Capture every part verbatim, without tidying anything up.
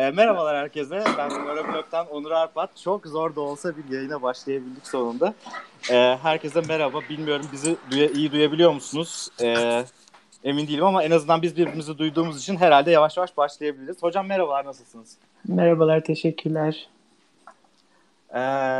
E, merhabalar herkese. Ben Nöroblog'dan Onur Arpat. Çok zor da olsa bir yayına başlayabildik sonunda. E, herkese merhaba. Bilmiyorum bizi duya, iyi duyabiliyor musunuz? E, emin değilim ama en azından biz birbirimizi duyduğumuz için herhalde yavaş yavaş başlayabiliriz. Hocam merhabalar, nasılsınız? Merhabalar, teşekkürler. E,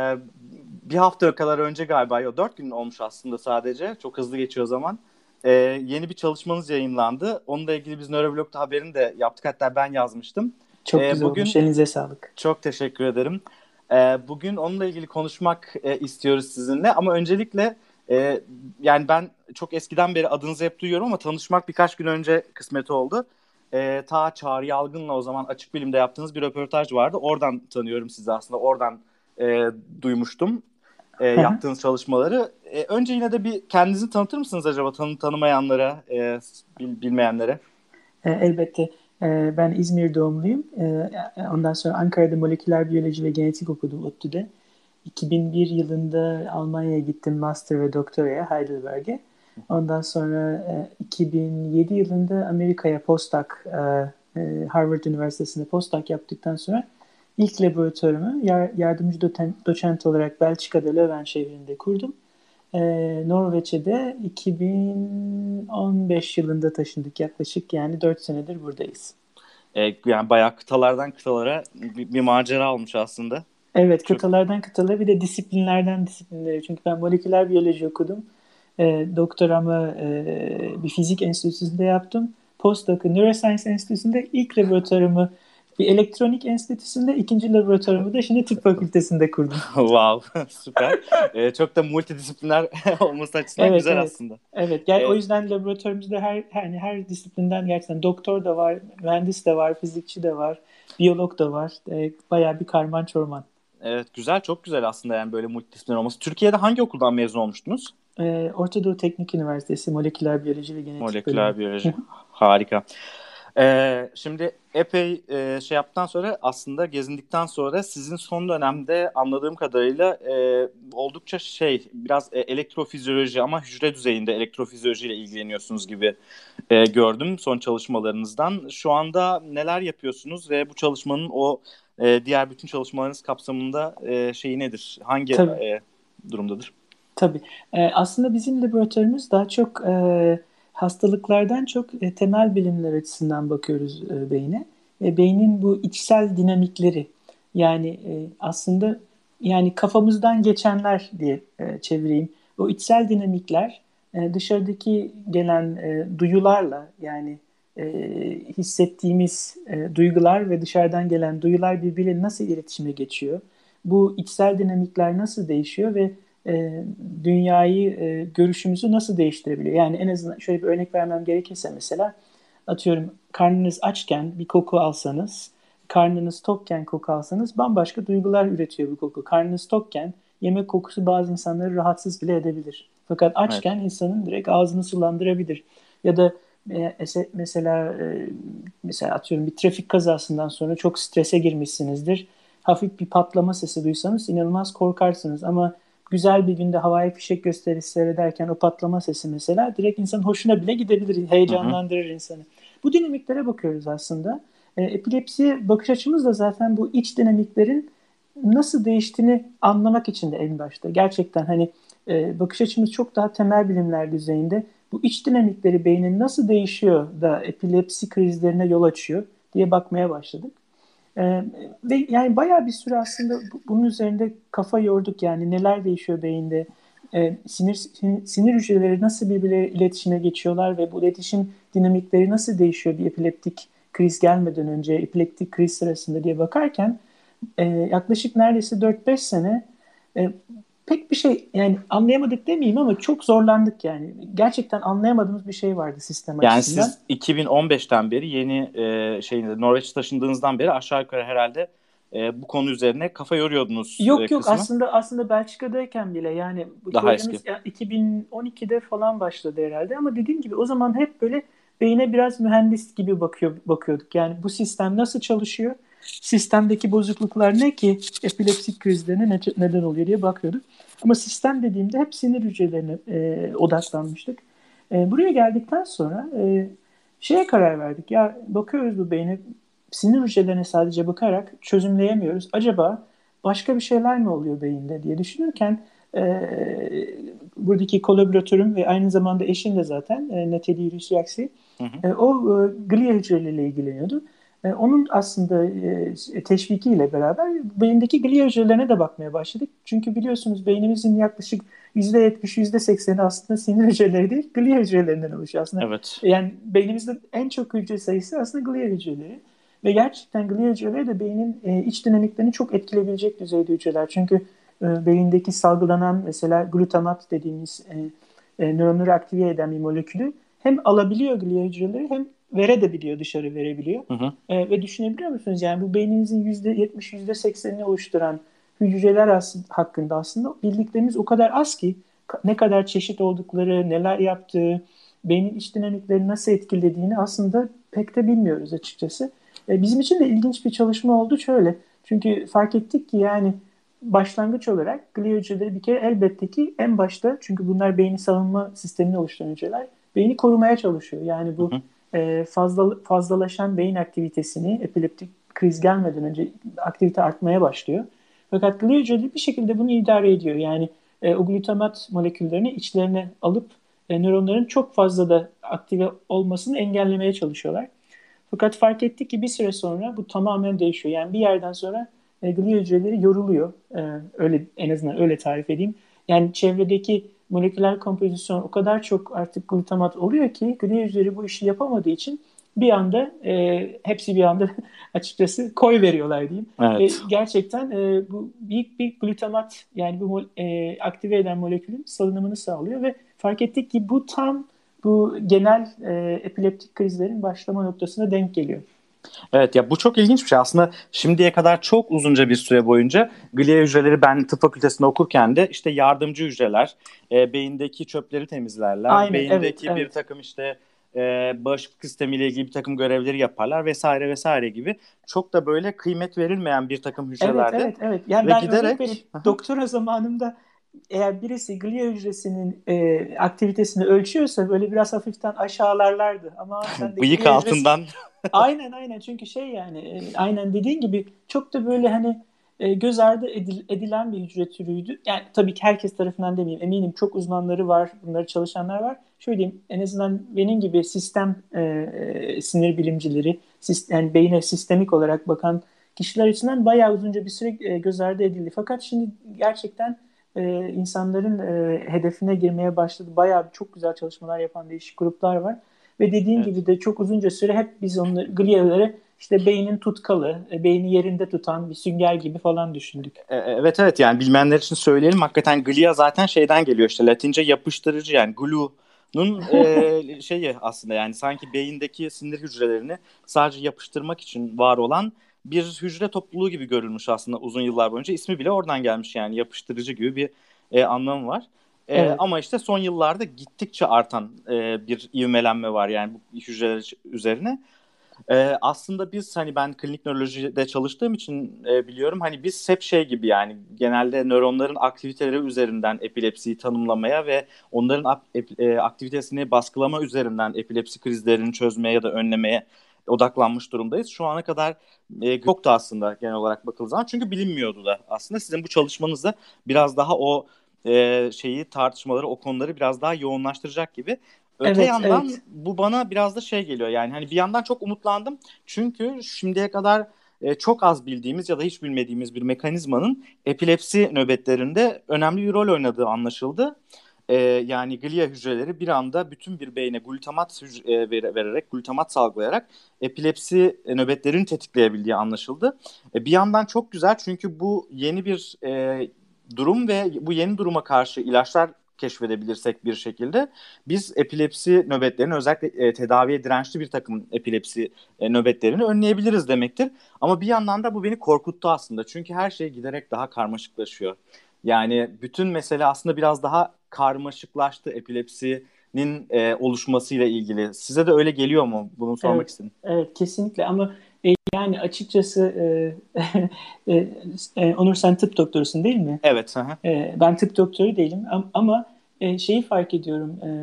bir hafta kadar önce galiba, yok dört gün olmuş aslında sadece. Çok hızlı geçiyor zaman. E, yeni bir çalışmanız yayınlandı. Onunla ilgili biz Nöroblog'da haberini de yaptık. Hatta ben yazmıştım. Çok E, güzel bugün olmuş. Elinize sağlık. Çok teşekkür ederim. Ee, bugün onunla ilgili konuşmak e, istiyoruz sizinle. Ama öncelikle e, yani ben çok eskiden beri adınızı hep duyuyorum ama tanışmak birkaç gün önce kısmet oldu. E, ta Çağrı Yalgın'la o zaman Açık Bilim'de yaptığınız bir röportaj vardı. Oradan tanıyorum sizi aslında. Oradan e, duymuştum e, yaptığınız çalışmaları. E, önce yine de bir kendinizi tanıtır mısınız acaba tanı tanımayanlara, e, bil, bilmeyenlere? E, elbette. E, ben İzmir doğumluyum. E, ondan sonra Ankara'da moleküler biyoloji ve genetik okudum ODTÜ'de. iki bin bir yılında Almanya'ya gittim master ve doktoraya Heidelberg'e. Ondan sonra e, iki bin yedi yılında Amerika'ya postdoc, e, e, Harvard Üniversitesi'nde postdoc yaptıktan sonra ilk laboratuvarımı yar, yardımcı doten, doçent olarak Belçika'da Leuven şehrinde kurdum. Ee, Norveç'e de iki bin on beş yılında taşındık yaklaşık, yani dört senedir buradayız. E, yani bayağı kıtalardan kıtalara bir, bir macera olmuş aslında. Evet, Çok kıtalardan kıtalara, bir de disiplinlerden disiplinlere. Çünkü ben moleküler biyoloji okudum. E, doktoramı e, bir fizik enstitüsünde yaptım. Postdoc'u Neuroscience Enstitüsü'nde, ilk laboratuvarımı bir elektronik enstitüsünde, ikinci laboratuvarımı da şimdi tıp fakültesinde kurdum. wow, süper. E, çok da multidisipliner olması açısından Evet, güzel evet. aslında. Evet. Yani o E, yüzden laboratuvarımızda her yani her disiplinden gerçekten doktor da var, mühendis de var, fizikçi de var, biyolog da var. E, bayağı bir karman çorman. evet, güzel, çok güzel aslında yani böyle multidisipliner olması. Türkiye'de hangi okuldan mezun olmuştunuz? E, Orta Doğu Teknik Üniversitesi Moleküler Biyoloji ve Genetik Bölümü. Moleküler biyoloji. Harika. Ee, şimdi epey e, şey yaptıktan sonra, aslında gezindikten sonra sizin son dönemde anladığım kadarıyla e, oldukça şey biraz e, elektrofizyoloji ama hücre düzeyinde elektrofizyolojiyle ilgileniyorsunuz gibi e, gördüm son çalışmalarınızdan. Şu anda neler yapıyorsunuz ve bu çalışmanın o e, diğer bütün çalışmalarınız kapsamında e, şeyi nedir? Hangi Tabii, e, durumdadır? tabii. E, aslında bizim laboratuvarımız daha çok e, hastalıklardan çok e, temel bilimler açısından bakıyoruz e, beyne. Ve beynin bu içsel dinamikleri, yani e, aslında yani kafamızdan geçenler diye e, çevireyim. O içsel dinamikler e, dışarıdaki gelen e, duyularla, yani e, hissettiğimiz e, duygular ve dışarıdan gelen duyular birbiriyle nasıl iletişime geçiyor? Bu içsel dinamikler nasıl değişiyor ve e, dünyayı, e, görüşümüzü nasıl değiştirebiliyor? Yani en azından şöyle bir örnek vermem gerekirse, mesela atıyorum, karnınız açken bir koku alsanız, karnınız tokken koku alsanız bambaşka duygular üretiyor bu koku. Karnınız tokken yemek kokusu bazı insanları rahatsız bile edebilir. Fakat Evet. açken insanın direkt ağzını sulandırabilir. Ya da e, mesela e, mesela atıyorum, bir trafik kazasından sonra çok strese girmişsinizdir. Hafif bir patlama sesi duysanız inanılmaz korkarsınız, ama güzel bir günde havai fişek gösterisi seyrederken o patlama sesi mesela direkt insanın hoşuna bile gidebilir, Hı hı. heyecanlandırır insanı. Bu dinamiklere bakıyoruz aslında. E, epilepsi bakış açımız da zaten bu iç dinamiklerin nasıl değiştiğini anlamak için de en başta. Gerçekten hani e, bakış açımız çok daha temel bilimler düzeyinde. Bu iç dinamikleri beynin nasıl değişiyor da epilepsi krizlerine yol açıyor diye bakmaya başladık. Ee, ve yani bayağı bir süre aslında bunun üzerinde kafa yorduk, yani neler değişiyor beyinde, ee, sinir sinir hücreleri nasıl birbirleriyle iletişime geçiyorlar ve bu iletişim dinamikleri nasıl değişiyor bir epileptik kriz gelmeden önce, epileptik kriz sırasında diye bakarken e, yaklaşık neredeyse dört beş sene e, pek bir şey yani anlayamadık demeyeyim ama çok zorlandık yani. Gerçekten anlayamadığımız bir şey vardı sistem Yani açısından. siz iki bin on beşten beri yeni e, şeyinde Norveç'e taşındığınızdan beri aşağı yukarı herhalde e, bu konu üzerine kafa yoruyordunuz e, Yok yok, kısmen. aslında aslında Belçika'dayken bile, yani bu Daha eski. projemiz ya iki bin on ikide falan başladı herhalde, ama dediğim gibi o zaman hep böyle beyine biraz mühendis gibi bakıyor bakıyorduk. Yani bu sistem nasıl çalışıyor? Sistemdeki bozukluklar ne ki epilepsi krizlerine ne, neden oluyor diye bakıyorduk. Ama sistem dediğimde hep sinir hücrelerine e, odaklanmıştık. E, buraya geldikten sonra e, şeye karar verdik. Ya bakıyoruz bu beyne, sinir hücrelerine sadece bakarak çözümleyemiyoruz. Acaba başka bir şeyler mi oluyor beyinde diye düşünürken e, buradaki kolaboratörüm ve aynı zamanda eşim de zaten e, Nathalie Rusiaksi e, o e, glia hücreleriyle ilgileniyordu. E, onun aslında e, teşvikiyle beraber beyindeki glia hücrelerine de bakmaya başladık. Çünkü biliyorsunuz beynimizin yaklaşık yüzde yetmiş yüzde sekseni aslında sinir hücreleri değil, glia hücrelerinden oluşuyor aslında. Evet. Yani beynimizde en çok hücre sayısı aslında glia hücreleri. Ve gerçekten glia hücreleri de beynin e, iç dinamiklerini çok etkileyebilecek düzeyde hücreler. Çünkü e, beyindeki salgılanan mesela glutamat dediğimiz e, e, nöronları aktive eden bir molekülü hem alabiliyor glia hücreleri hem verebiliyor, dışarı verebiliyor. Hı hı. E, ve düşünebiliyor musunuz? Yani bu beyninizin yüzde yetmiş yüzde seksenini oluşturan hücreler aslında, hakkında aslında bildiklerimiz o kadar az ki ne kadar çeşit oldukları, neler yaptığı, beynin iç dinamiklerini nasıl etkilediğini aslında pek de bilmiyoruz açıkçası. E, bizim için de ilginç bir çalışma oldu şöyle. Çünkü fark ettik ki yani başlangıç olarak glia hücreleri bir kere elbette ki en başta, çünkü bunlar beyni savunma sistemini oluşturan hücreler, beyni korumaya çalışıyor. Yani bu Hı hı. e, fazla fazlalaşan beyin aktivitesini, epileptik kriz gelmeden önce aktivite artmaya başlıyor. Fakat glia hücreleri bir şekilde bunu idare ediyor. Yani e, o glutamat moleküllerini içlerine alıp e, nöronların çok fazla da aktive olmasını engellemeye çalışıyorlar. Fakat fark ettik ki bir süre sonra bu tamamen değişiyor. Yani bir yerden sonra e, glia hücreleri yoruluyor. E, öyle, en azından öyle tarif edeyim. Yani çevredeki moleküler kompozisyon o kadar çok artık glutamat oluyor ki glia hücreleri bu işi yapamadığı için bir anda e, hepsi bir anda açıkçası koy veriyorlar diyeyim. Ve Evet. gerçekten e, bu büyük bir glutamat, yani bu e, aktive eden molekülün salınımını sağlıyor ve fark ettik ki bu tam bu genel e, epileptik krizlerin başlama noktasına denk geliyor. Evet, ya bu çok ilginç bir şey. Aslında şimdiye kadar çok uzunca bir süre boyunca glia hücreleri, ben tıp fakültesinde okurken de işte yardımcı hücreler, e, beyindeki çöpleri temizlerler. Aynen, evet, Beyindeki bir evet. takım işte e, bağışıklık sistemiyle ilgili bir takım görevleri yaparlar vesaire vesaire gibi. Çok da böyle kıymet verilmeyen bir takım Evet, hücrelerde evet, evet. Yani ve ben örnek giderek vereyim. Doktora zamanımda eğer birisi glia hücresinin e, aktivitesini ölçüyorsa böyle biraz hafiften aşağılarlardı. Ama sen de bıyık glia hücresi. altından. Aynen, aynen, çünkü şey yani e, aynen dediğin gibi çok da böyle hani e, göz ardı edil- edilen bir hücre türüydü. Yani tabii ki herkes tarafından demeyeyim, eminim çok uzmanları var, bunları çalışanlar var. Şöyle diyeyim, en azından benim gibi sistem e, e, sinir bilimcileri, sist- yani beyine sistemik olarak bakan kişiler açısından bayağı uzunca bir süre e, göz ardı edildi. Fakat şimdi gerçekten e, insanların e, hedefine girmeye başladı. Bayağı çok güzel çalışmalar yapan değişik gruplar var. Ve dediğin Evet. gibi de çok uzunca süre hep biz onları, gliaları işte beynin tutkalı, e, beyni yerinde tutan bir sünger gibi falan düşündük. E, Evet, evet, yani bilmeyenler için söyleyelim. Hakikaten glia zaten şeyden geliyor, işte Latince yapıştırıcı, yani glue'nun e, şeyi aslında, yani sanki beyindeki sinir hücrelerini sadece yapıştırmak için var olan bir hücre topluluğu gibi görülmüş aslında uzun yıllar boyunca. İsmi bile oradan gelmiş, yani yapıştırıcı gibi bir e, anlamı var. E, Evet. ama işte son yıllarda gittikçe artan e, bir ivmelenme var yani bu hücreler üzerine. Ee, aslında biz, hani ben klinik nörolojide çalıştığım için e, biliyorum, hani biz hep şey gibi, yani genelde nöronların aktiviteleri üzerinden epilepsiyi tanımlamaya ve onların ap- ep- e, aktivitesini baskılama üzerinden epilepsi krizlerini çözmeye ya da önlemeye odaklanmış durumdayız. Şu ana kadar e, yoktu aslında genel olarak bakıldığı zaman, çünkü bilinmiyordu da. Aslında sizin bu çalışmanızda biraz daha o e, şeyi, tartışmaları, o konuları biraz daha yoğunlaştıracak gibi. Öte Evet, yandan evet. bu bana biraz da şey geliyor, yani hani bir yandan çok umutlandım, çünkü şimdiye kadar e, çok az bildiğimiz ya da hiç bilmediğimiz bir mekanizmanın epilepsi nöbetlerinde önemli bir rol oynadığı anlaşıldı. E, yani glia hücreleri bir anda bütün bir beyne glutamat hüc- e, ver- vererek, glutamat salgılayarak epilepsi e, nöbetlerini tetikleyebildiği anlaşıldı. E, bir yandan çok güzel, çünkü bu yeni bir e, durum ve bu yeni duruma karşı ilaçlar keşfedebilirsek bir şekilde, biz epilepsi nöbetlerini, özellikle e, tedaviye dirençli bir takım epilepsi e, nöbetlerini önleyebiliriz demektir. Ama bir yandan da bu beni korkuttu aslında. Çünkü her şey giderek daha karmaşıklaşıyor. Yani bütün mesele aslında biraz daha karmaşıklaştı epilepsinin e, oluşmasıyla ilgili. Size de öyle geliyor mu? Bunu sormak Evet, istedim. evet, kesinlikle ama e, yani açıkçası e, e, e, Onur, sen tıp doktorusun değil mi? Evet. Hı hı. E, ben tıp doktoru değilim am- ama e, şeyi fark ediyorum. E,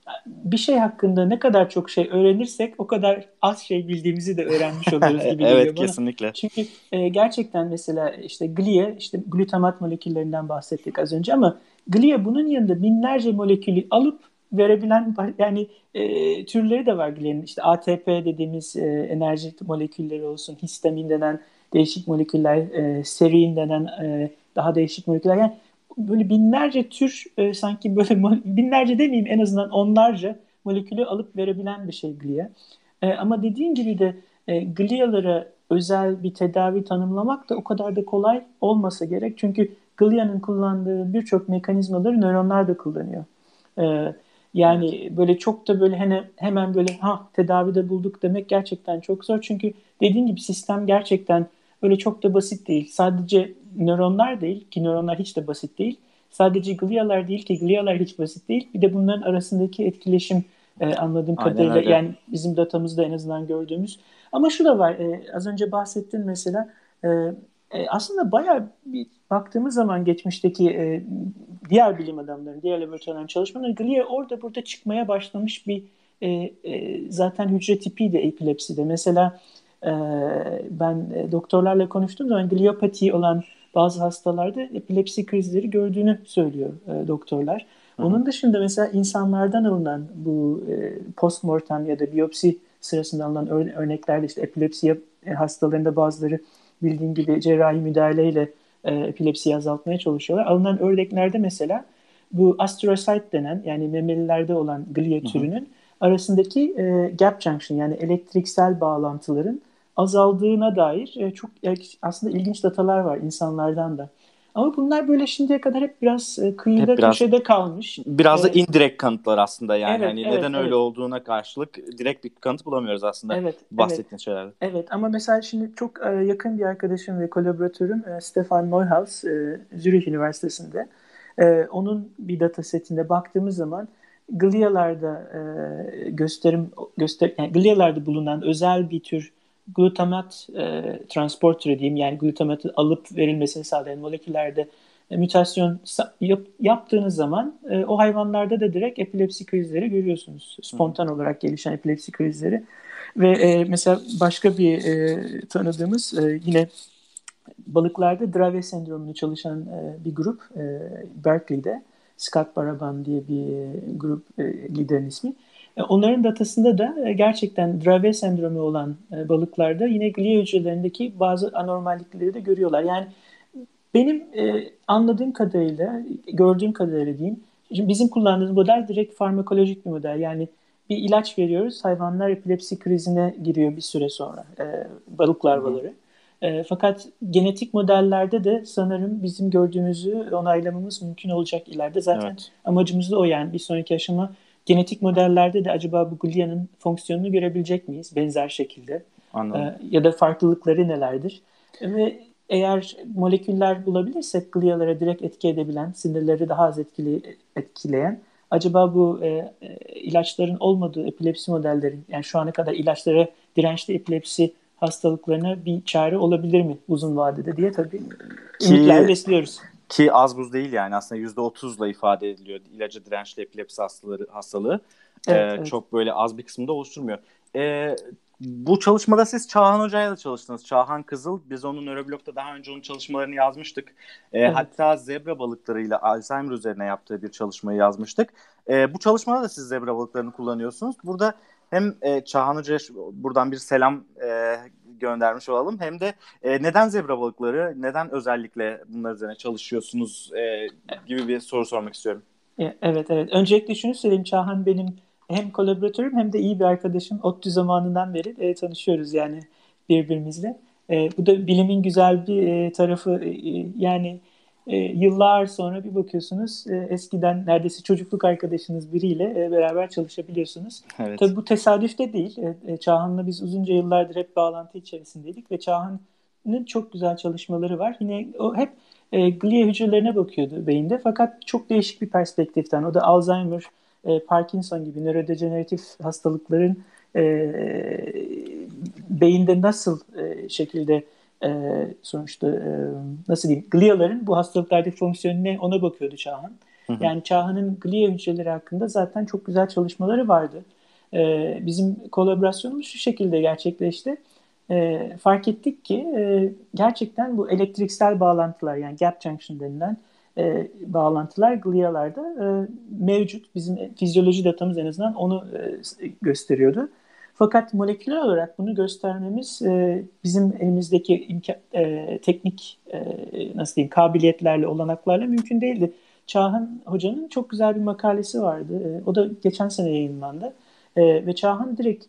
bir şey hakkında ne kadar çok şey öğrenirsek o kadar az şey bildiğimizi de öğrenmiş oluyoruz gibi Evet, geliyor bana. kesinlikle. Çünkü e, gerçekten mesela işte glia, işte glutamat moleküllerinden bahsettik az önce ama glia bunun yanında binlerce molekülü alıp verebilen yani e, türleri de var glia'nın. İşte A T P dediğimiz e, enerji molekülleri olsun, histamin denen değişik moleküller, e, serin denen e, daha değişik moleküller. Yani böyle binlerce tür e, sanki böyle binlerce demeyeyim en azından onlarca molekülü alıp verebilen bir şey glia. E, ama dediğim gibi de e, glialara özel bir tedavi tanımlamak da o kadar da kolay olmasa gerek. Çünkü glia'nın kullandığı birçok mekanizmaları nöronlar da kullanıyor. E, Evet. Yani böyle çok da böyle hani hemen böyle ha tedavide bulduk demek gerçekten çok zor. Çünkü dediğim gibi sistem gerçekten öyle çok da basit değil. Sadece nöronlar değil ki nöronlar hiç de basit değil. Sadece glialar değil ki glialar hiç basit değil. Bir de bunların arasındaki etkileşim e, anladığım Aynen kadarıyla öyle. yani bizim datamızda en azından gördüğümüz. Ama şu da var. E, az önce bahsettin mesela e, e, aslında bayağı bir baktığımız zaman geçmişteki e, diğer bilim adamlarının, diğer laboratuvarların çalışmaları glia orada burada çıkmaya başlamış bir e, e, zaten hücre tipiydi epilepside. Mesela e, ben e, doktorlarla konuştuğum zaman gliopati olan bazı hastalarda epilepsi krizleri gördüğünü söylüyor e, doktorlar. Hı hı. Onun dışında mesela insanlardan alınan bu e, postmortem ya da biyopsi sırasında alınan ör- örneklerde işte epilepsi e, hastalarında bazıları bildiğin gibi cerrahi müdahaleyle e, epilepsiyi azaltmaya çalışıyorlar. Alınan örneklerde mesela bu astrocyte denen yani memelilerde olan glia Hı hı. türünün arasındaki e, gap junction yani elektriksel bağlantıların azaldığına dair e, çok e, aslında ilginç datalar var insanlardan da. Ama bunlar böyle şimdiye kadar hep biraz e, Hep kıyıda biraz köşede kalmış. biraz da E, indirekt kanıtlar aslında, yani evet, hani evet, neden öyle evet, olduğuna karşılık direkt bir kanıt bulamıyoruz aslında evet, bu evet, bahsettiğin şeylerde. evet. Ama mesela şimdi çok e, yakın bir arkadaşım ve kolaboratörüm e, Stefan Neuhaus, e, Zürich Üniversitesi'nde. E, onun bir datasetinde baktığımız zaman glialarda e, gösterim göster yani glialarda bulunan özel bir tür glutamat e, transportörü diyeyim yani glutamatı alıp verilmesini sağlayan moleküllerde e, mutasyon yap, yaptığınız zaman e, o hayvanlarda da direkt epilepsi krizleri görüyorsunuz. Hı hı. Spontan olarak gelişen epilepsi krizleri. Ve e, mesela başka bir e, tanıdığımız e, yine balıklarda Dravet sendromunu çalışan e, bir grup e, Berkeley'de Scott Baraban diye bir e, grup e, liderin ismi. E, onların datasında da e, gerçekten Dravet sendromu olan e, balıklarda yine glia hücrelerindeki bazı anormallikleri de görüyorlar. Yani benim e, anladığım kadarıyla, gördüğüm kadarıyla diyeyim. Şimdi bizim kullandığımız model direkt farmakolojik bir model. Yani bir ilaç veriyoruz, hayvanlar epilepsi krizine giriyor bir süre sonra, e, balık Hı hı. larvaları. E, fakat genetik modellerde de sanırım bizim gördüğümüzü onaylamamız mümkün olacak ileride. Zaten Evet, amacımız da o yani bir sonraki aşama genetik modellerde de acaba bu glia'nın fonksiyonunu görebilecek miyiz benzer şekilde? E, anladım. ya da farklılıkları nelerdir? Ve eğer moleküller bulabilirsek glialara direkt etki edebilen, sinirleri daha az etkili, etkileyen, acaba bu e, e, ilaçların olmadığı epilepsi modelleri, yani şu ana kadar ilaçlara dirençli epilepsi hastalıklarına bir çare olabilir mi uzun vadede diye tabii ümitler Ki besliyoruz. ki az buz değil, yani aslında yüzde otuzla ifade ediliyor ilaca dirençli epilepsi hastaları hastalığı. Evet, Ee, evet, çok böyle az bir kısmını da oluşturmuyor. Ee, Bu çalışmada siz Çağhan Hoca'yla da çalıştınız. Çağhan Kızıl. Biz onun nöroblogda daha önce onun çalışmalarını yazmıştık. Ee, evet. hatta zebra balıklarıyla Alzheimer üzerine yaptığı bir çalışmayı yazmıştık. Ee, bu çalışmada da siz zebra balıklarını kullanıyorsunuz. Burada hem e, Çağhan Hoca'ya buradan bir selam e, göndermiş olalım. Hem de e, neden zebra balıkları, neden özellikle bunlar üzerine çalışıyorsunuz e, gibi bir soru sormak istiyorum. E, Evet, evet. Öncelikle şunu söyleyeyim. Çağhan benim hem kolaboratörüm hem de iyi bir arkadaşım. ODTÜ zamanından beri e, tanışıyoruz yani birbirimizle. E, bu da bilimin güzel bir e, tarafı. E, e, yani e, yıllar sonra bir bakıyorsunuz e, eskiden neredeyse çocukluk arkadaşınız biriyle e, beraber çalışabiliyorsunuz. Evet. Tabii bu tesadüf de değil. E, e, Çağhan'la biz uzunca yıllardır hep bağlantı içerisindeydik ve Çağhan'ın çok güzel çalışmaları var. Yine o hep e, glia hücrelerine bakıyordu beyinde. Fakat çok değişik bir perspektiften. O da Alzheimer, e, Parkinson gibi nörodejeneratif hastalıkların e, beyinde nasıl e, şekilde e, sonuçta e, nasıl diyeyim gliaların bu hastalıklardaki fonksiyonu ne ona bakıyordu Çağhan. Hı hı. Yani Çağhan'ın glia hücreleri hakkında zaten çok güzel çalışmaları vardı. Ee, bizim kolaborasyonumuz şu şekilde gerçekleşti. Ee, fark ettik ki e, gerçekten bu elektriksel bağlantılar, yani gap junction denilen e, bağlantılar glialarda e, mevcut. Bizim fizyoloji datamız en azından onu e, gösteriyordu. Fakat moleküler olarak bunu göstermemiz e, bizim elimizdeki imkan, e, teknik e, nasıl diyeyim kabiliyetlerle, olanaklarla mümkün değildi. Çağhan Hoca'nın çok güzel bir makalesi vardı. E, o da geçen sene yayınlandı. E, ve Çağhan direkt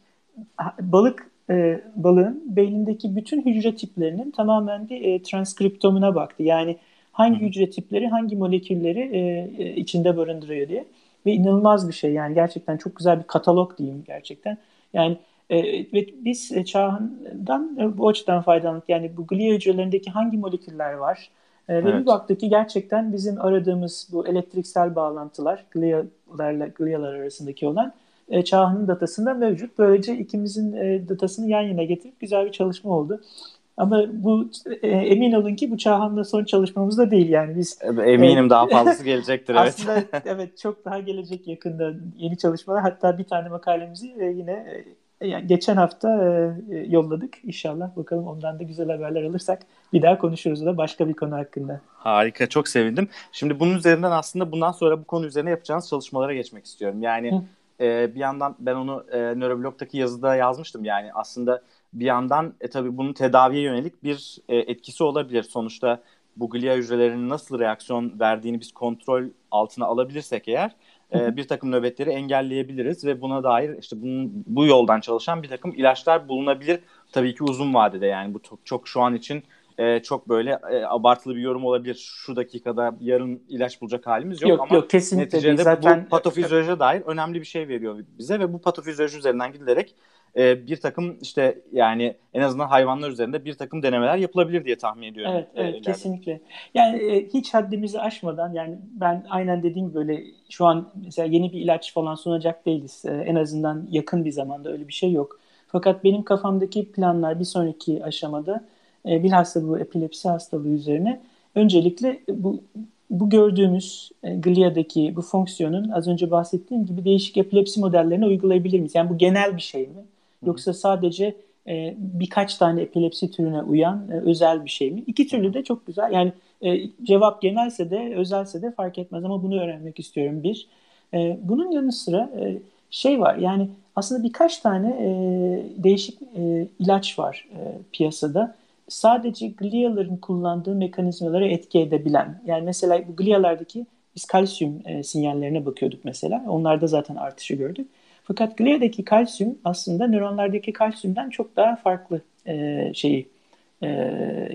balık e, balığın beynindeki bütün hücre tiplerinin tamamen bir e, transkriptomuna baktı. Yani Hı hangi hı. hücre tipleri hangi molekülleri e, e, içinde barındırıyor diye. Ve inanılmaz bir şey, yani gerçekten çok güzel bir katalog diyeyim gerçekten. Yani e, ve biz e, Çağhan'dan e, bu açıdan faydalandık. Yani bu glia hücrelerindeki hangi moleküller var? E, ve bir Evet. baktık ki gerçekten bizim aradığımız bu elektriksel bağlantılar glialarla glialar arasındaki olan e, Çağhan'ın datasında mevcut. Böylece ikimizin e, datasını yan yana getirip güzel bir çalışma oldu. Ama bu e, emin olun ki bu Çağhan'la son çalışmamız da değil. Yani biz e, Eminim daha fazlası gelecektir, evet. aslında evet çok daha gelecek yakında yeni çalışmalar. Hatta bir tane makalemizi e, yine e, yani geçen hafta e, yolladık. İnşallah bakalım ondan da güzel haberler alırsak bir daha konuşuruz da başka bir konu hakkında. Harika, çok sevindim. Şimdi bunun üzerinden aslında bundan sonra bu konu üzerine yapacağınız çalışmalara geçmek istiyorum. Yani Hı e, bir yandan ben onu e, Nöroblog'daki yazıda yazmıştım. Yani aslında bir yandan e, tabii bunun tedaviye yönelik bir e, etkisi olabilir. Sonuçta bu glia hücrelerinin nasıl reaksiyon verdiğini biz kontrol altına alabilirsek eğer hı. e, bir takım nöbetleri engelleyebiliriz ve buna dair işte bunun, bu yoldan çalışan bir takım ilaçlar bulunabilir. Tabii ki uzun vadede, yani bu çok, çok şu an için e, çok böyle e, abartılı bir yorum olabilir. Şu dakikada yarın ilaç bulacak halimiz yok Yok ama yok kesinlikle değil. neticede bu Zaten patofizyolojiye dair önemli bir şey veriyor bize ve bu patofizyoloji üzerinden gidilerek e, bir takım işte yani en azından hayvanlar üzerinde bir takım denemeler yapılabilir diye tahmin ediyorum evet, e, evet ileride. kesinlikle. Yani e, hiç haddimizi aşmadan, yani ben aynen dediğim gibi böyle şu an mesela yeni bir ilaç falan sunacak değiliz. E, en azından yakın bir zamanda öyle bir şey yok. Fakat benim kafamdaki planlar bir sonraki aşamada e, bilhassa bu epilepsi hastalığı üzerine öncelikle bu bu gördüğümüz e, glia'daki bu fonksiyonun az önce bahsettiğim gibi değişik epilepsi modellerine uygulayabilir miyiz? Yani bu genel bir şey mi? Hı hı, Yoksa sadece e, birkaç tane epilepsi türüne uyan e, özel bir şey mi? İki hı türlü hı, de çok güzel. Yani e, cevap genelse de özelse de fark etmez ama bunu öğrenmek istiyorum bir. E, bunun yanı sıra e, şey var, yani aslında birkaç tane e, değişik e, ilaç var e, piyasada. Sadece gliaların kullandığı mekanizmalara etki edebilen. Yani mesela bu glialardaki biz kalsiyum e, sinyallerine bakıyorduk mesela. Onlarda zaten artışı gördük. Fakat gliadaki kalsiyum aslında nöronlardaki kalsiyumdan çok daha farklı e, şeyi e,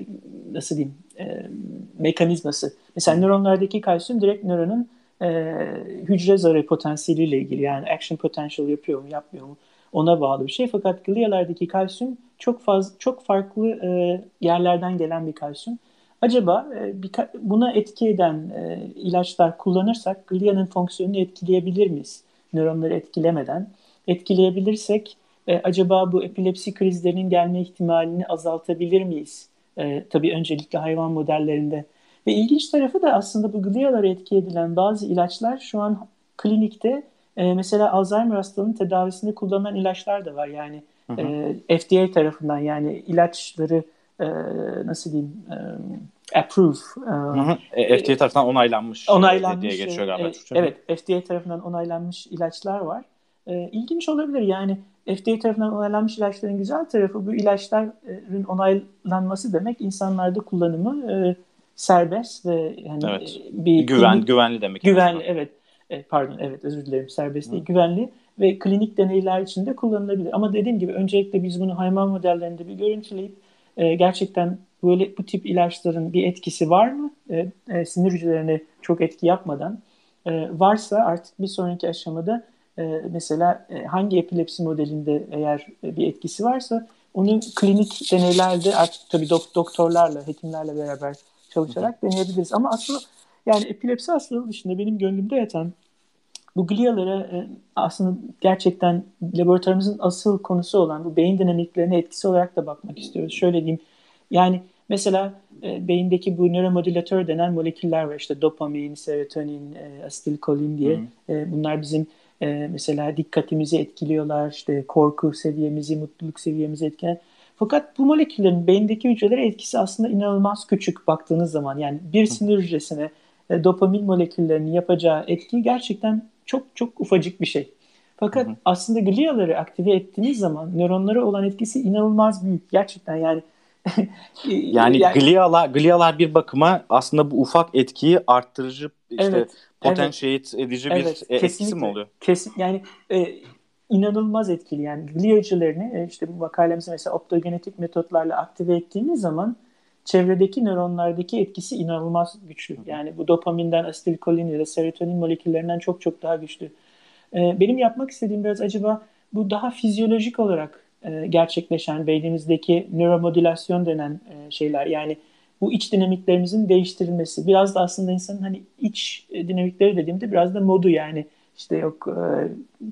nasıl diyeyim e, mekanizması. hı Mesela hı. nöronlardaki kalsiyum direkt nöronun e, hücre zarı potansiyeliyle ilgili, yani action potential yapıyor mu yapmıyor mu ona bağlı bir şey. Fakat glialardaki kalsiyum çok fazla çok farklı e, yerlerden gelen bir kalsiyum. Acaba e, birka- buna etki eden e, ilaçlar kullanırsak glia'nın fonksiyonunu etkileyebilir miyiz? Nöronları etkilemeden. Etkileyebilirsek e, acaba bu epilepsi krizlerinin gelme ihtimalini azaltabilir miyiz? E, tabii öncelikle hayvan modellerinde. Ve ilginç tarafı da aslında bu glialara etki edilen bazı ilaçlar şu an klinikte e, mesela Alzheimer hastalığının tedavisinde kullanılan ilaçlar da var. Yani Hı hı. e, F D A tarafından, yani ilaçları e, nasıl diyeyim e, approve Hı hı. e, E, F D A tarafından onaylanmış e, diye onaylanmış, e, geçiyor galiba e, Türkçe. Hı hı. evet F D A tarafından onaylanmış ilaçlar var. E, ilginç olabilir yani, F D A tarafından onaylanmış ilaçların güzel tarafı, bu ilaçların onaylanması demek insanlarda kullanımı e, serbest ve yani e, Evet. bir Güven, klinik güvenli demek en güvenli, azından. evet. E, pardon, evet, özür dilerim, serbest değil, Hı güvenli ve klinik deneyler için de kullanılabilir. Ama dediğim gibi öncelikle biz bunu hayvan modellerinde bir görüntüleyip e, gerçekten böyle bu tip ilaçların bir etkisi var mı? E, e, sinir hücrelerine çok etki yapmadan. E, varsa artık bir sonraki aşamada e, mesela e, hangi epilepsi modelinde eğer e, bir etkisi varsa onu klinik deneylerde artık tabii dok- doktorlarla, hekimlerle beraber hı, hı. çalışarak deneyebiliriz. Ama aslında yani epilepsi hastalığı dışında benim gönlümde yatan bu glialara e, aslında gerçekten laboratuvarımızın asıl konusu olan bu beyin dinamiklerine etkisi olarak da bakmak istiyoruz. Şöyle diyeyim, yani Mesela e, beyindeki bu nöromodülatör denen moleküller var. İşte dopamin, serotonin, e, asetilkolin diye. Hı E, bunlar bizim e, mesela dikkatimizi etkiliyorlar. İşte korku seviyemizi, mutluluk seviyemizi etkiler. Fakat bu moleküllerin beyindeki hücrelere etkisi aslında inanılmaz küçük baktığınız zaman. Yani bir hı sinir hücresine e, dopamin moleküllerinin yapacağı etki gerçekten çok çok ufacık bir şey. hı. Fakat Hı. aslında gliaları aktive ettiğiniz zaman nöronlara olan etkisi inanılmaz büyük. Gerçekten yani Yani yani glialar, glialar bir bakıma aslında bu ufak etkiyi arttırıcı, işte evet, evet, potentiate edici bir evet, e, etkisi mi kesinlikle. oluyor? Kesin yani e, inanılmaz etkili yani glia hücrelerini e, işte bu makalemizde mesela optogenetik metotlarla aktive ettiğimiz zaman çevredeki nöronlardaki etkisi inanılmaz güçlü. Hı hı. Yani bu dopaminden, asetilkolin ya da serotonin moleküllerinden çok çok daha güçlü. E, benim yapmak istediğim biraz acaba bu daha fizyolojik olarak e, gerçekleşen beynimizdeki nöromodülasyon denen e, şeyler yani bu iç dinamiklerimizin değiştirilmesi. Biraz da aslında insanın hani iç e, dinamikleri dediğimde biraz da modu yani işte yok e,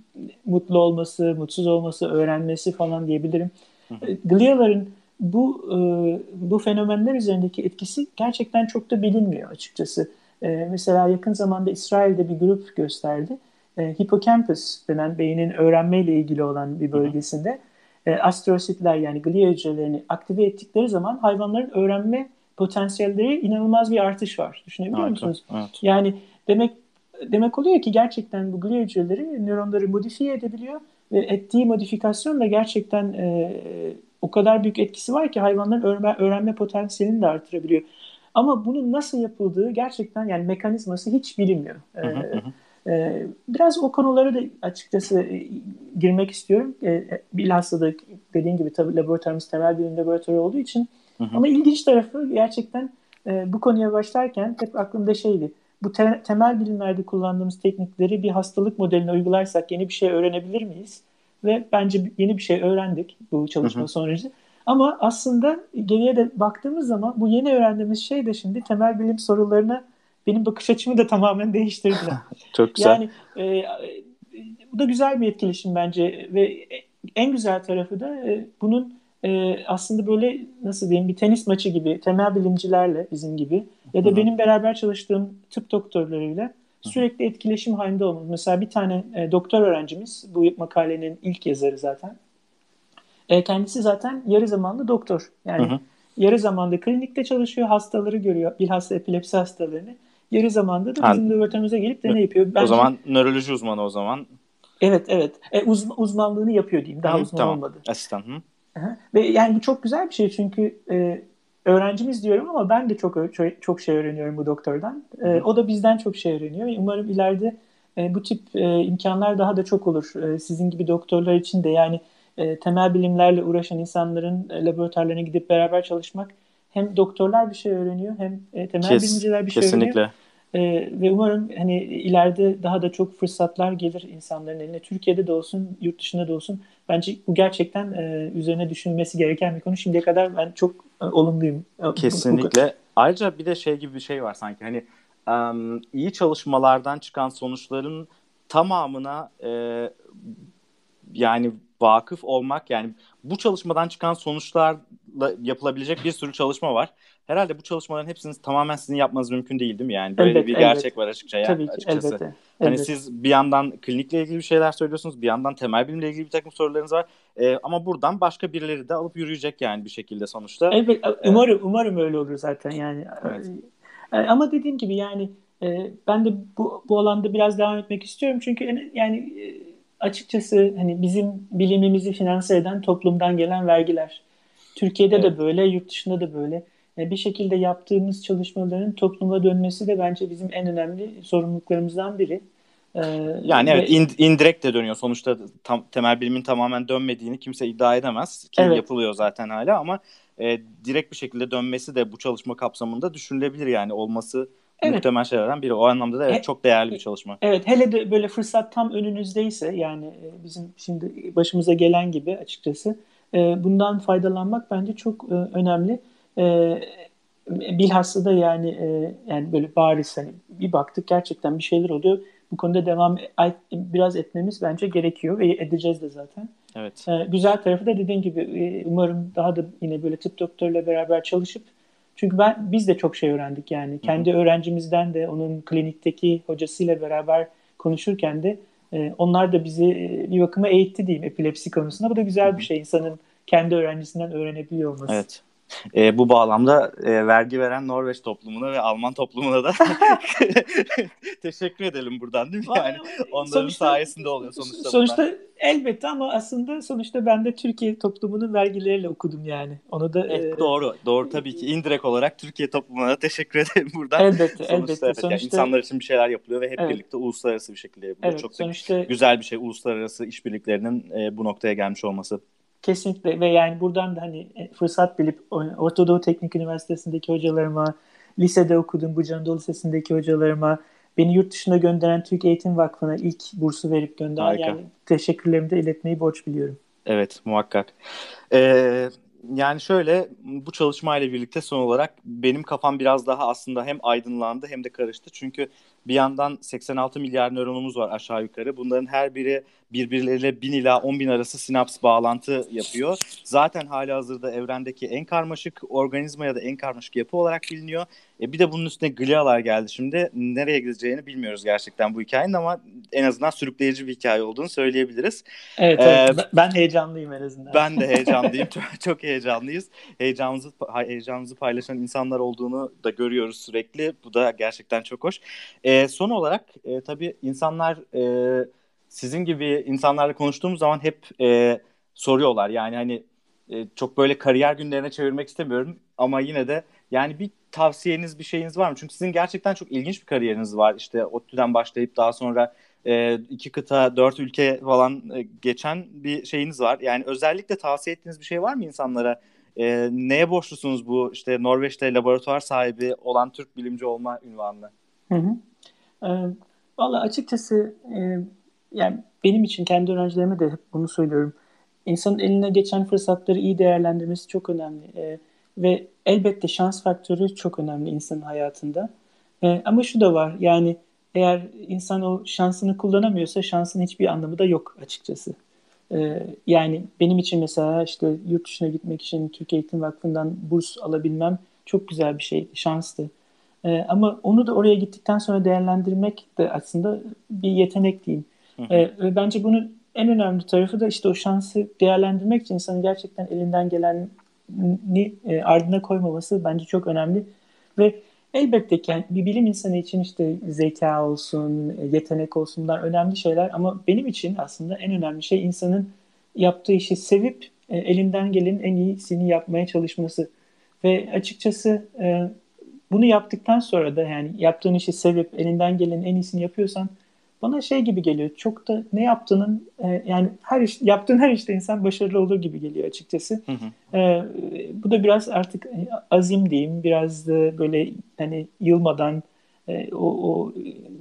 mutlu olması, mutsuz olması, öğrenmesi falan diyebilirim. Hı E, hı. gliaların bu e, bu fenomenler üzerindeki etkisi gerçekten çok da bilinmiyor açıkçası. E, mesela yakın zamanda İsrail'de bir grup gösterdi. E, hippocampus denen beynin öğrenmeyle ilgili olan bir Hı hı. bölgesinde e, astrositler yani glia hücrelerini aktive ettikleri zaman hayvanların öğrenme potansiyelleri inanılmaz bir artış var. Düşünebiliyor Harika. musunuz? Evet. Yani demek demek oluyor ki gerçekten bu glia hücreleri nöronları modifiye edebiliyor ve ettiği modifikasyon da gerçekten e, o kadar büyük etkisi var ki hayvanların öğrenme, öğrenme potansiyelini de artırabiliyor. Ama bunun nasıl yapıldığı gerçekten yani mekanizması hiç bilinmiyor. Hı hı. Hı E, hı. e, biraz o konulara da açıkçası e, girmek istiyorum. E, bilhassa da dediğim gibi tabii laboratuvarımız temel bilim laboratuvarı olduğu için. Hı hı. Ama ilginç tarafı gerçekten e, bu konuya başlarken hep aklımda şeydi. Bu te- temel bilimlerde kullandığımız teknikleri bir hastalık modeline uygularsak yeni bir şey öğrenebilir miyiz? Ve bence yeni bir şey öğrendik bu Hı çalışma hı. sonucu. Ama aslında geriye de baktığımız zaman bu yeni öğrendiğimiz şey de şimdi temel bilim sorularına benim bakış açımı da tamamen değiştirdiler. Çok güzel. Yani e, e, bu da güzel bir etkileşim bence ve en güzel tarafı da e, bunun e, aslında böyle nasıl diyeyim bir tenis maçı gibi temel bilimcilerle bizim gibi ya Hı da hı. benim beraber çalıştığım tıp doktorlarıyla Hı hı. sürekli etkileşim halinde olmamız. Mesela bir tane e, doktor öğrencimiz bu makalenin ilk yazarı zaten. E, kendisi zaten yarı zamanlı doktor. Hı Yani hı. yarı zamanda klinikte çalışıyor, hastaları görüyor. Bilhassa epilepsi hastalarını. Yarı zamanda da Ha, bizim laboratuvarımıza gelip deney yapıyor. o Bence zaman nöroloji uzmanı o zaman. evet evet e, uz- uzmanlığını yapıyor diyeyim. Hı Daha hı. uzman Tamam. olmadı. Asistan. Hı Aha. Ve yani bu çok güzel bir şey çünkü e, öğrencimiz diyorum ama ben de çok çok, çok şey öğreniyorum bu doktordan. hı. E, Hı. o da bizden çok şey öğreniyor. Umarım ileride e, bu tip e, imkanlar daha da çok olur. E, sizin gibi doktorlar için de yani e, temel bilimlerle uğraşan insanların e, laboratuvarlarına gidip beraber çalışmak hem doktorlar bir şey öğreniyor hem e, temel Kes, bilimciler bir şey öğreniyor. kesinlikle. Ee, ve umarım hani ileride daha da çok fırsatlar gelir insanların eline. Türkiye'de de olsun, yurt dışında da olsun. Bence bu gerçekten e, üzerine düşünülmesi gereken bir konu. Şimdiye kadar ben çok e, olumluyum. E, bu, bu, Kesinlikle. Ayrıca bir de şey gibi bir şey var sanki hani em, iyi çalışmalardan çıkan sonuçların tamamına e, yani vakıf olmak, yani bu çalışmadan çıkan sonuçlarla yapılabilecek bir sürü çalışma var. Herhalde bu çalışmaların hepsini tamamen sizin yapmanız mümkün değil, değil mi? Yani böyle elbet, bir elbet. gerçek var açıkça ya, Tabii ki, açıkçası. elbette, Hani elbette. siz bir yandan klinikle ilgili bir şeyler söylüyorsunuz, bir yandan temel bilimle ilgili bir takım sorularınız var. Ee, ama buradan başka birileri de alıp yürüyecek yani bir şekilde sonuçta. Elbet, Ee, umarım, umarım öyle olur zaten yani. evet. E, ama dediğim gibi yani e, ben de bu, bu alanda biraz devam etmek istiyorum çünkü en- yani e, açıkçası hani bizim bilimimizi finanse eden toplumdan gelen vergiler. Türkiye'de Evet. de böyle, yurt dışında da böyle. E, bir şekilde yaptığımız çalışmaların topluma dönmesi de bence bizim en önemli sorumluluklarımızdan biri. E, Yani evet, ve in, indirekt de dönüyor. Sonuçta tam, temel bilimin tamamen dönmediğini kimse iddia edemez ki evet, yapılıyor zaten hala, ama e, direkt bir şekilde dönmesi de bu çalışma kapsamında düşünülebilir, yani olması evet. muhtemel şeylerden biri. O anlamda da evet, He- çok değerli bir çalışma. Evet, hele de böyle fırsat tam önünüzdeyse yani e, bizim şimdi başımıza gelen gibi açıkçası e, bundan faydalanmak bence çok e, önemli. E, Bilhassa da yani e, yani böyle bariz hani bir baktık gerçekten bir şeyler oluyor. Bu konuda devam et- biraz etmemiz bence gerekiyor ve edeceğiz de zaten. Evet. E, güzel tarafı da dediğin gibi e, umarım daha da yine böyle tıp doktoruyla beraber çalışıp Çünkü ben biz de çok şey öğrendik yani. Hı hı. Kendi öğrencimizden de onun klinikteki hocasıyla beraber konuşurken de e, onlar da bizi e, bir bakıma eğitti diyeyim epilepsi konusunda. Bu da Hı güzel bir hı. şey. İnsanın kendi öğrencisinden öğrenebiliyor olması. Evet. E, bu bağlamda e, vergi veren Norveç toplumuna ve Alman toplumuna da teşekkür edelim buradan, değil mi? Vay Yani ama onların sonuçta sayesinde oluyor sonuçta bunlar. sonuçta elbette ama aslında sonuçta ben de Türkiye toplumunun vergileriyle okudum yani. Onu da Evet, e, doğru. Doğru, tabii ki indirekt olarak Türkiye toplumuna da teşekkür ederim buradan. elbette Sonuçta elbette evet, yani sonuçta insanlar için bir şeyler yapılıyor ve hep evet birlikte uluslararası bir şekilde yapılıyor. evet Çok da sonuçta güzel bir şey uluslararası işbirliklerinin e, bu noktaya gelmiş olması. kesinlikle ve yani buradan da hani e, fırsat bilip Orta Doğu Teknik Üniversitesi'ndeki hocalarıma, lisede okudum Buca Anadolu Lisesi'ndeki hocalarıma, beni yurt dışına gönderen Türk Eğitim Vakfı'na ilk bursu verip gönderen Harika. yani teşekkürlerimi de iletmeyi borç biliyorum. Evet, muhakkak. Ee, Yani şöyle, bu çalışmayla birlikte son olarak benim kafam biraz daha aslında hem aydınlandı hem de karıştı. Çünkü bir yandan seksen altı milyar nöronumuz var aşağı yukarı. Bunların her biri birbirleriyle bin ila on bin arası sinaps bağlantı yapıyor. Zaten halihazırda evrendeki en karmaşık organizma ya da en karmaşık yapı olarak biliniyor. E bir de bunun üstüne glialar geldi şimdi. Nereye gideceğini bilmiyoruz gerçekten bu hikayenin, ama en azından sürükleyici bir hikaye olduğunu söyleyebiliriz. Evet evet Ee, ben heyecanlıyım en azından. Ben de heyecanlıyım. Çok, çok heyecanlıyız. Heyecanımızı, heyecanımızı paylaşan insanlar olduğunu da görüyoruz sürekli. Bu da gerçekten çok hoş. Ee, son olarak e, tabii insanlar e, sizin gibi insanlarla konuştuğumuz zaman hep e, soruyorlar. Yani hani e, çok böyle kariyer günlerine çevirmek istemiyorum ama yine de yani bir tavsiyeniz, bir şeyiniz var mı? Çünkü sizin gerçekten çok ilginç bir kariyeriniz var. İşte ODTÜ'den başlayıp daha sonra e, iki kıta, dört ülke falan e, geçen bir şeyiniz var. Yani özellikle tavsiye ettiğiniz bir şey var mı insanlara? E, neye borçlusunuz bu işte Norveç'te laboratuvar sahibi olan Türk bilimci olma ünvanını? Hı hı. Ee, Valla açıkçası e, yani benim için kendi öğrencilerime de hep bunu söylüyorum. İnsanın eline geçen fırsatları iyi değerlendirmesi çok önemli. Ee, ve elbette şans faktörü çok önemli insanın hayatında. Ee, ama şu da var yani eğer insan o şansını kullanamıyorsa şansın hiçbir anlamı da yok açıkçası. Ee, yani benim için mesela işte yurt dışına gitmek için Türkiye Eğitim Vakfı'ndan burs alabilmem çok güzel bir şeydi, şanstı. Ee, ama onu da oraya gittikten sonra değerlendirmek de aslında bir yetenek diyeyim. Hı hı. Ee, ve bence bunun en önemli tarafı da işte o şansı değerlendirmek için insanın gerçekten elinden geleni e, ardına koymaması bence çok önemli. Ve elbette ki yani bir bilim insanı için işte zeka olsun, yetenek olsun bunlar önemli şeyler ama benim için aslında en önemli şey insanın yaptığı işi sevip e, elinden gelenin en iyisini yapmaya çalışması. Ve açıkçası e, bunu yaptıktan sonra da yani yaptığın işi sevip elinden gelenin en iyisini yapıyorsan bana şey gibi geliyor. Çok da ne yaptığının e, yani her iş, yaptığın her işte insan başarılı olur gibi geliyor açıkçası. Hı hı. E, Bu da biraz artık e, azim diyeyim. Biraz da böyle hani yılmadan e, o, o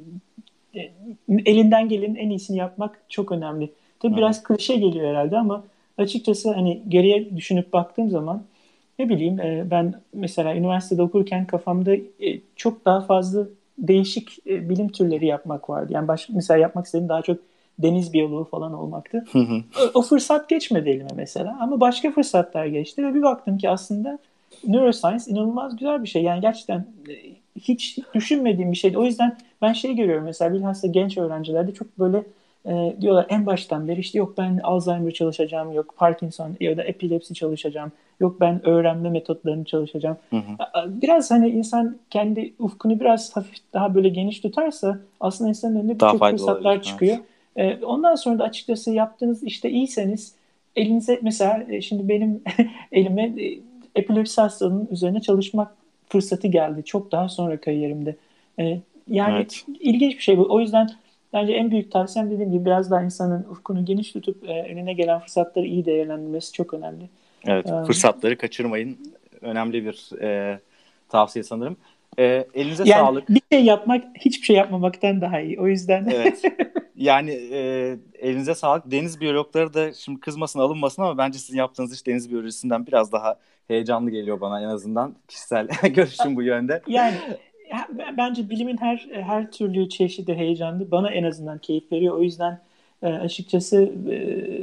e, elinden gelenin en iyisini yapmak çok önemli. Hı Tabii hı. biraz klişe geliyor herhalde ama açıkçası hani geriye düşünüp baktığım zaman ne bileyim e, ben mesela üniversitede okurken kafamda e, çok daha fazla değişik e, bilim türleri yapmak vardı. Yani başka mesela yapmak istediğim daha çok deniz biyoloğu falan olmaktı. Hı hı. O, o fırsat geçmedi elime mesela ama başka fırsatlar geçti ve bir baktım ki aslında neuroscience inanılmaz güzel bir şey. Yani gerçekten e, hiç düşünmediğim bir şeydi. O yüzden ben şey görüyorum mesela bilhassa genç öğrencilerde çok böyle e, diyorlar en baştan beri işte yok ben Alzheimer çalışacağım, yok Parkinson ya da epilepsi çalışacağım, yok ben öğrenme metotlarını çalışacağım. Hı hı. Biraz hani insan kendi ufkunu biraz hafif daha böyle geniş tutarsa aslında insanın önüne Daha birçok faydalı olabilir. fırsatlar çıkıyor. Evet. E, ondan sonra da açıkçası yaptığınız işte iyiyseniz elinize mesela e, şimdi benim elime e, epilepsi hastalığının üzerine çalışmak fırsatı geldi. Çok daha sonra kariyerimde. E, yani Evet. ilginç bir şey bu. O yüzden bence en büyük tavsiyem dediğim gibi biraz daha insanın ufkunu geniş tutup e, önüne gelen fırsatları iyi değerlendirmesi çok önemli. E, Evet. Fırsatları kaçırmayın. Önemli bir e, tavsiye sanırım. E, elinize yani bir sağlık. şey yapmak hiçbir şey yapmamaktan daha iyi. O yüzden Evet. Yani e, elinize sağlık. Deniz biyologları da şimdi kızmasın, alınmasın ama bence sizin yaptığınız iş deniz biyolojisinden biraz daha heyecanlı geliyor bana, en azından kişisel görüşüm bu yönde. yani ya, bence bilimin her her türlü çeşidi heyecanlı. Bana en azından keyif veriyor. O yüzden e, açıkçası e,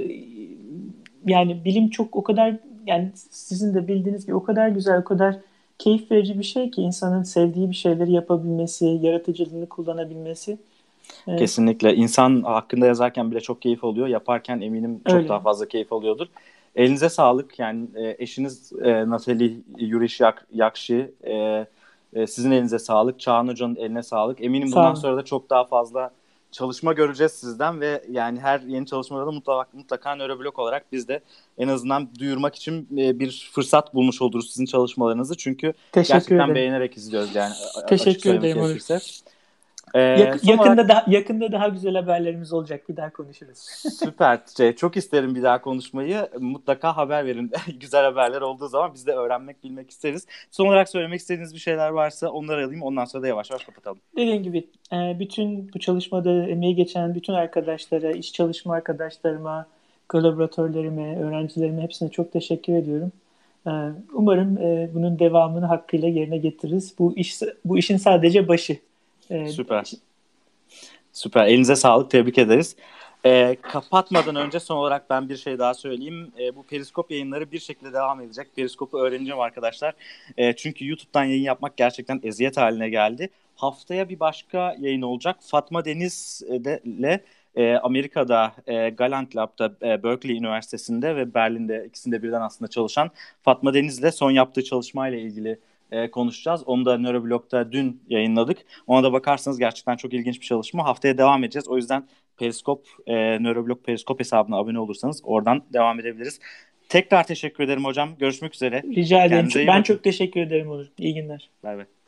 yani bilim çok o kadar yani sizin de bildiğiniz gibi o kadar güzel, o kadar keyif verici bir şey ki insanın sevdiği bir şeyleri yapabilmesi, yaratıcılığını kullanabilmesi. E, Kesinlikle. İnsan hakkında yazarken bile çok keyif alıyor. Yaparken eminim çok öyle. daha fazla keyif alıyordur. Elinize sağlık. Yani e, eşiniz e, Natalie Yuriş Yak, Yakşi, e, e, sizin elinize sağlık. Çağan Hoca'nın eline sağlık. Eminim Sağ bundan olun. sonra da çok daha fazla çalışma göreceğiz sizden ve yani her yeni çalışmada da mutlaka, mutlaka nöroblog olarak biz de en azından duyurmak için e, bir fırsat bulmuş oluruz sizin çalışmalarınızı. Çünkü Teşekkür gerçekten ederim. beğenerek izliyoruz yani a- açık Teşekkür söylemek ederim Onur. gerekirse. E, Yak- son olarak yakında da yakında daha güzel haberlerimiz olacak. Bir daha konuşuruz. süper. Şey, çok isterim bir daha konuşmayı. Mutlaka haber verin. Güzel haberler olduğu zaman biz de öğrenmek, bilmek isteriz. Son olarak söylemek istediğiniz bir şeyler varsa onları alayım. Ondan sonra da yavaş yavaş kapatalım. Dediğim gibi e, bütün bu çalışmada emeği geçen bütün arkadaşlara, iş çalışma arkadaşlarıma, kolaboratörlerime, öğrencilerime hepsine çok teşekkür ediyorum. E, Umarım e, bunun devamını hakkıyla yerine getiririz. Bu iş bu işin sadece başı. E, Süper. Süper. Elinize sağlık. Tebrik ederiz. E, kapatmadan önce son olarak ben bir şey daha söyleyeyim. E, bu Periskop yayınları bir şekilde devam edecek. Periskop'u öğreneceğim arkadaşlar. E, çünkü YouTube'dan yayın yapmak gerçekten eziyet haline geldi. Haftaya bir başka yayın olacak. Fatma Deniz de, ile e, Amerika'da e, Galant Lab'da e, Berkeley Üniversitesi'nde ve Berlin'de ikisinde birden aslında çalışan Fatma Deniz'le son yaptığı çalışmayla ilgili e, konuşacağız. Onu da Nöroblog'da dün yayınladık. Ona da bakarsanız gerçekten çok ilginç bir çalışma. Haftaya devam edeceğiz. O yüzden Periskop, e, Nöroblog Periskop hesabına abone olursanız oradan devam edebiliriz. Tekrar teşekkür ederim hocam. Görüşmek üzere. Rica ederim. Kendinize iyi Ben bakın. çok teşekkür ederim Onur. İyi günler. Bay bay.